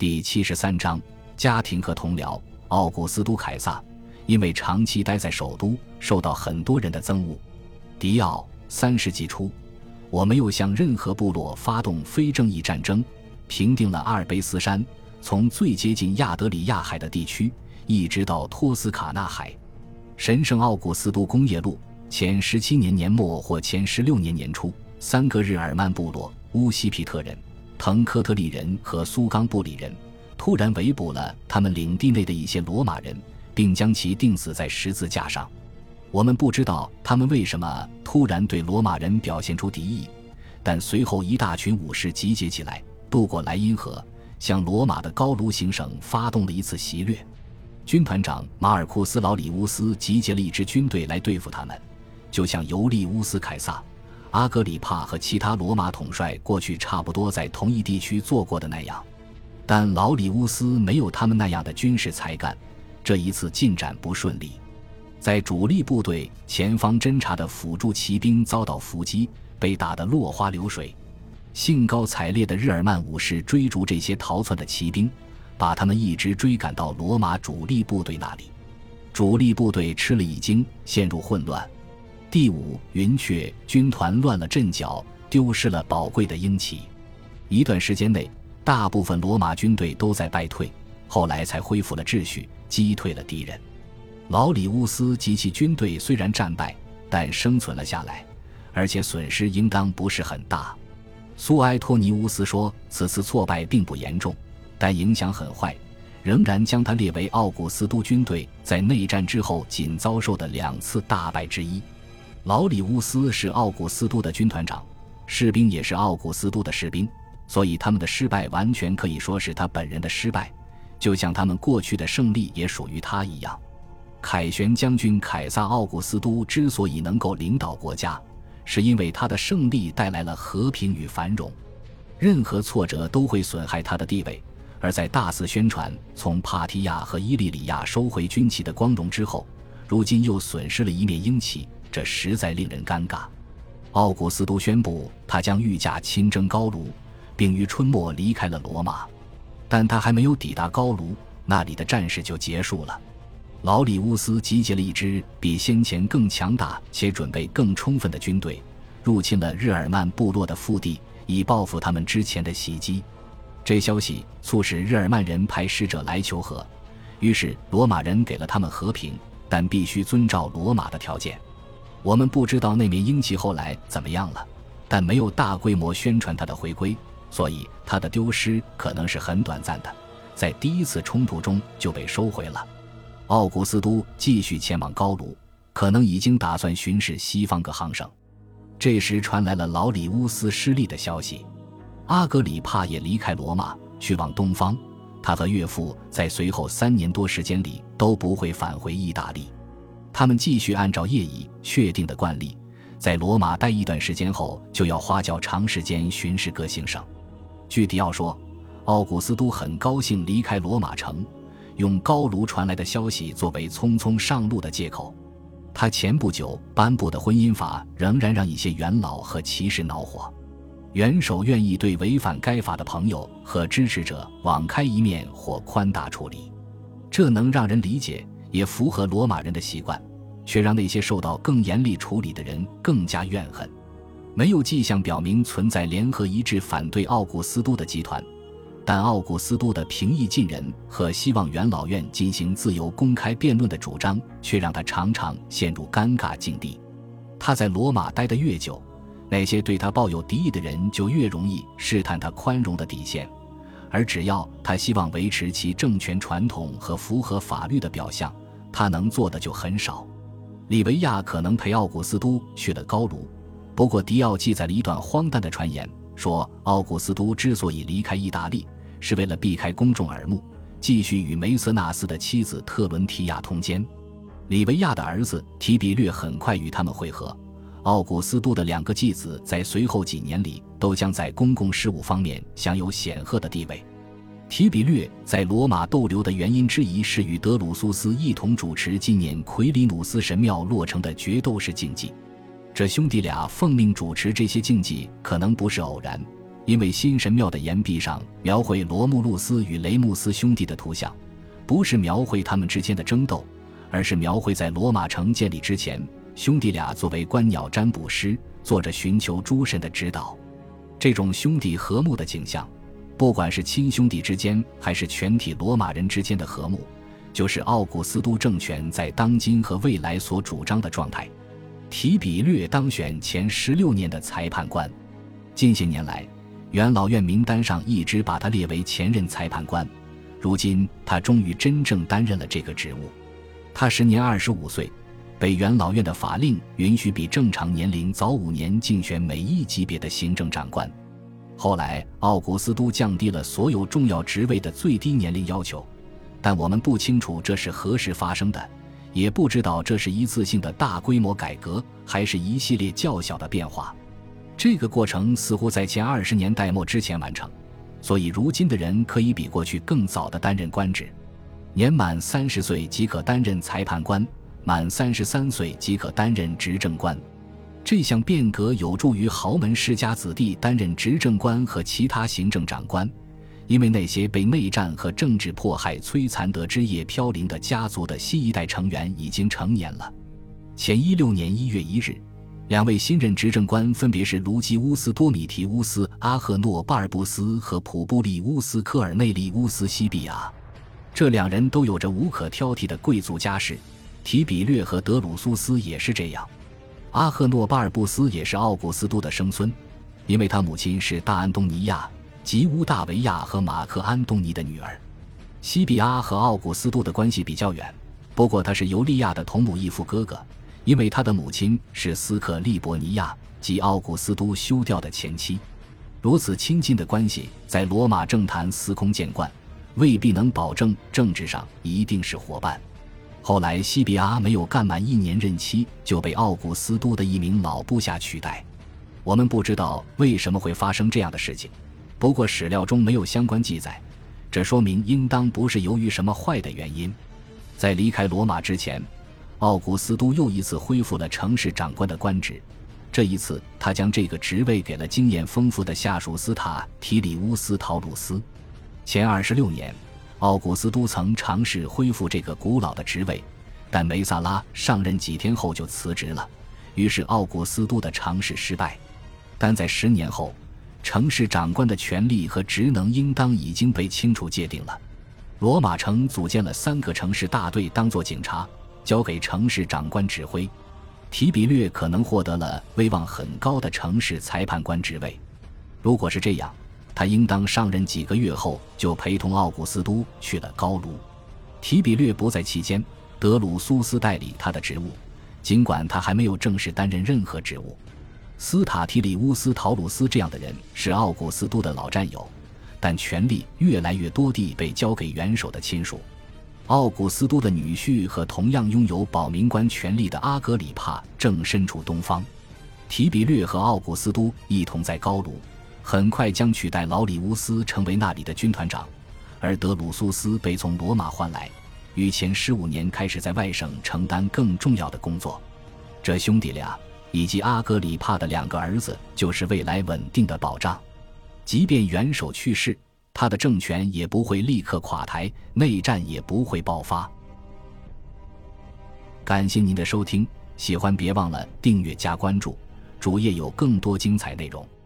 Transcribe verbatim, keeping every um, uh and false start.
第七十三章家庭和同僚。奥古斯都·凯撒因为长期待在首都，受到很多人的憎恶。迪奥，三世纪初，我没有向任何部落发动非正义战争，平定了阿尔卑斯山，从最接近亚德里亚海的地区一直到托斯卡纳海。神圣奥古斯都工业路前十七年年末或前十六年年初，三个日耳曼部落乌西皮特人、腾科特利人和苏冈布里人突然围捕了他们领地内的一些罗马人，并将其钉死在十字架上。我们不知道他们为什么突然对罗马人表现出敌意，但随后一大群武士集结起来，渡过莱茵河，向罗马的高卢行省发动了一次袭掠。军团长马尔库斯·劳里乌斯集结了一支军队来对付他们，就像尤利乌斯·凯撒、阿格里帕和其他罗马统帅过去差不多在同一地区做过的那样。但劳里乌斯没有他们那样的军事才干，这一次进展不顺利。在主力部队前方侦察的辅助骑兵遭到伏击，被打得落花流水。兴高采烈的日耳曼武士追逐这些逃窜的骑兵，把他们一直追赶到罗马主力部队那里。主力部队吃了一惊，陷入混乱。第五云雀军团乱了阵脚，丢失了宝贵的鹰旗。一段时间内，大部分罗马军队都在败退，后来才恢复了秩序，击退了敌人。劳里乌斯及其军队虽然战败，但生存了下来，而且损失应当不是很大。苏埃托尼乌斯说，此次挫败并不严重，但影响很坏，仍然将它列为奥古斯都军队在内战之后仅遭受的两次大败之一。劳里乌斯是奥古斯都的军团长，士兵也是奥古斯都的士兵，所以他们的失败完全可以说是他本人的失败，就像他们过去的胜利也属于他一样。凯旋将军凯撒奥古斯都之所以能够领导国家，是因为他的胜利带来了和平与繁荣。任何挫折都会损害他的地位，而在大肆宣传从帕提亚和伊利里亚收回军旗的光荣之后，如今又损失了一面鹰旗，这实在令人尴尬。奥古斯都宣布他将御驾亲征高卢，并于春末离开了罗马，但他还没有抵达高卢，那里的战事就结束了。劳里乌斯集结了一支比先前更强大且准备更充分的军队，入侵了日耳曼部落的腹地，以报复他们之前的袭击。这消息促使日耳曼人派使者来求和，于是罗马人给了他们和平，但必须遵照罗马的条件。我们不知道那面鹰旗后来怎么样了，但没有大规模宣传它的回归，所以它的丢失可能是很短暂的，在第一次冲突中就被收回了。奥古斯都继续前往高卢，可能已经打算巡视西方各行省。这时传来了劳里乌斯失利的消息，阿格里帕也离开罗马去往东方，他和岳父在随后三年多时间里都不会返回意大利。他们继续按照业已确定的惯例，在罗马待一段时间后就要花较长时间巡视各行省。据迪奥说，奥古斯都很高兴离开罗马城，用高卢传来的消息作为匆匆上路的借口。他前不久颁布的婚姻法仍然让一些元老和骑士恼火，元首愿意对违反该法的朋友和支持者网开一面或宽大处理，这能让人理解，也符合罗马人的习惯，却让那些受到更严厉处理的人更加怨恨。没有迹象表明存在联合一致反对奥古斯都的集团，但奥古斯都的平易近人和希望元老院进行自由公开辩论的主张，却让他常常陷入尴尬境地。他在罗马待得越久，那些对他抱有敌意的人就越容易试探他宽容的底线，而只要他希望维持其政权传统和符合法律的表象，他能做的就很少。里维亚可能陪奥古斯都去了高卢，不过迪奥记载了一段荒诞的传言，说奥古斯都之所以离开意大利，是为了避开公众耳目，继续与梅瑟纳斯的妻子特伦提亚通奸。里维亚的儿子提比略很快与他们会合，奥古斯都的两个继子在随后几年里都将在公共事务方面享有显赫的地位。提比略在罗马逗留的原因之一是与德鲁苏斯一同主持纪念奎里努斯神庙落成的决斗士竞技，这兄弟俩奉命主持这些竞技可能不是偶然， 因为新神庙的岩壁上描绘罗慕路斯与雷穆斯兄弟的图像，不是描绘他们之间的争斗，而是描绘在罗马城建立之前，兄弟俩作为观鸟占卜师，做着寻求诸神的指导。这种兄弟和睦的景象，不管是亲兄弟之间还是全体罗马人之间的和睦，就是奥古斯都政权在当今和未来所主张的状态。提比略当选前十六年的裁判官，近些年来元老院名单上一直把他列为前任裁判官，如今他终于真正担任了这个职务。他时年二十五岁，被元老院的法令允许比正常年龄早五年竞选每一级别的行政长官。后来奥古斯都降低了所有重要职位的最低年龄要求，但我们不清楚这是何时发生的，也不知道这是一次性的大规模改革，还是一系列较小的变化。这个过程似乎在前二十年代末之前完成，所以如今的人可以比过去更早地担任官职。年满三十岁即可担任裁判官，满三十三岁即可担任执政官。这项变革有助于豪门世家子弟担任执政官和其他行政长官，因为那些被内战和政治迫害摧残得枝叶飘零的家族的新一代成员已经成年了。前一六年一月一日，两位新任执政官分别是卢基乌斯多米提乌斯阿赫诺巴尔布斯和普布利乌斯科尔内利乌斯西比亚。这两人都有着无可挑剔的贵族家世，提比略和德鲁苏斯也是这样。阿赫诺巴尔布斯也是奥古斯都的生孙，因为他母亲是大安东尼亚、吉乌大维亚和马克安东尼的女儿。西比亚和奥古斯都的关系比较远，不过他是尤利亚的同母异父哥哥，因为他的母亲是斯克利伯尼亚及奥古斯都休掉的前妻。如此亲近的关系在罗马政坛司空见惯，未必能保证政治上一定是伙伴。后来西比亚没有干满一年任期就被奥古斯都的一名老部下取代。我们不知道为什么会发生这样的事情，不过史料中没有相关记载，这说明应当不是由于什么坏的原因。在离开罗马之前，奥古斯都又一次恢复了城市长官的官职，这一次他将这个职位给了经验丰富的下属斯塔提里乌斯陶鲁斯。前二十六年，奥古斯都曾尝试恢复这个古老的职位，但梅萨拉上任几天后就辞职了，于是奥古斯都的尝试失败。但在十年后，城市长官的权力和职能应当已经被清楚界定了。罗马城组建了三个城市大队当作警察，交给城市长官指挥。提比略可能获得了威望很高的城市裁判官职位，如果是这样，他应当上任几个月后就陪同奥古斯都去了高卢。提比略不在期间，德鲁苏斯代理他的职务，尽管他还没有正式担任任何职务。斯塔提里乌斯陶鲁斯这样的人是奥古斯都的老战友，但权力越来越多地被交给元首的亲属。奥古斯都的女婿和同样拥有保民官权力的阿格里帕正身处东方。提比略和奥古斯都一同在高卢，很快将取代劳里乌斯成为那里的军团长，而德鲁苏斯被从罗马换来，于前十五年开始在外省承担更重要的工作。这兄弟俩以及阿格里帕的两个儿子就是未来稳定的保障。即便元首去世，他的政权也不会立刻垮台，内战也不会爆发。感谢您的收听，喜欢别忘了订阅加关注，主页有更多精彩内容。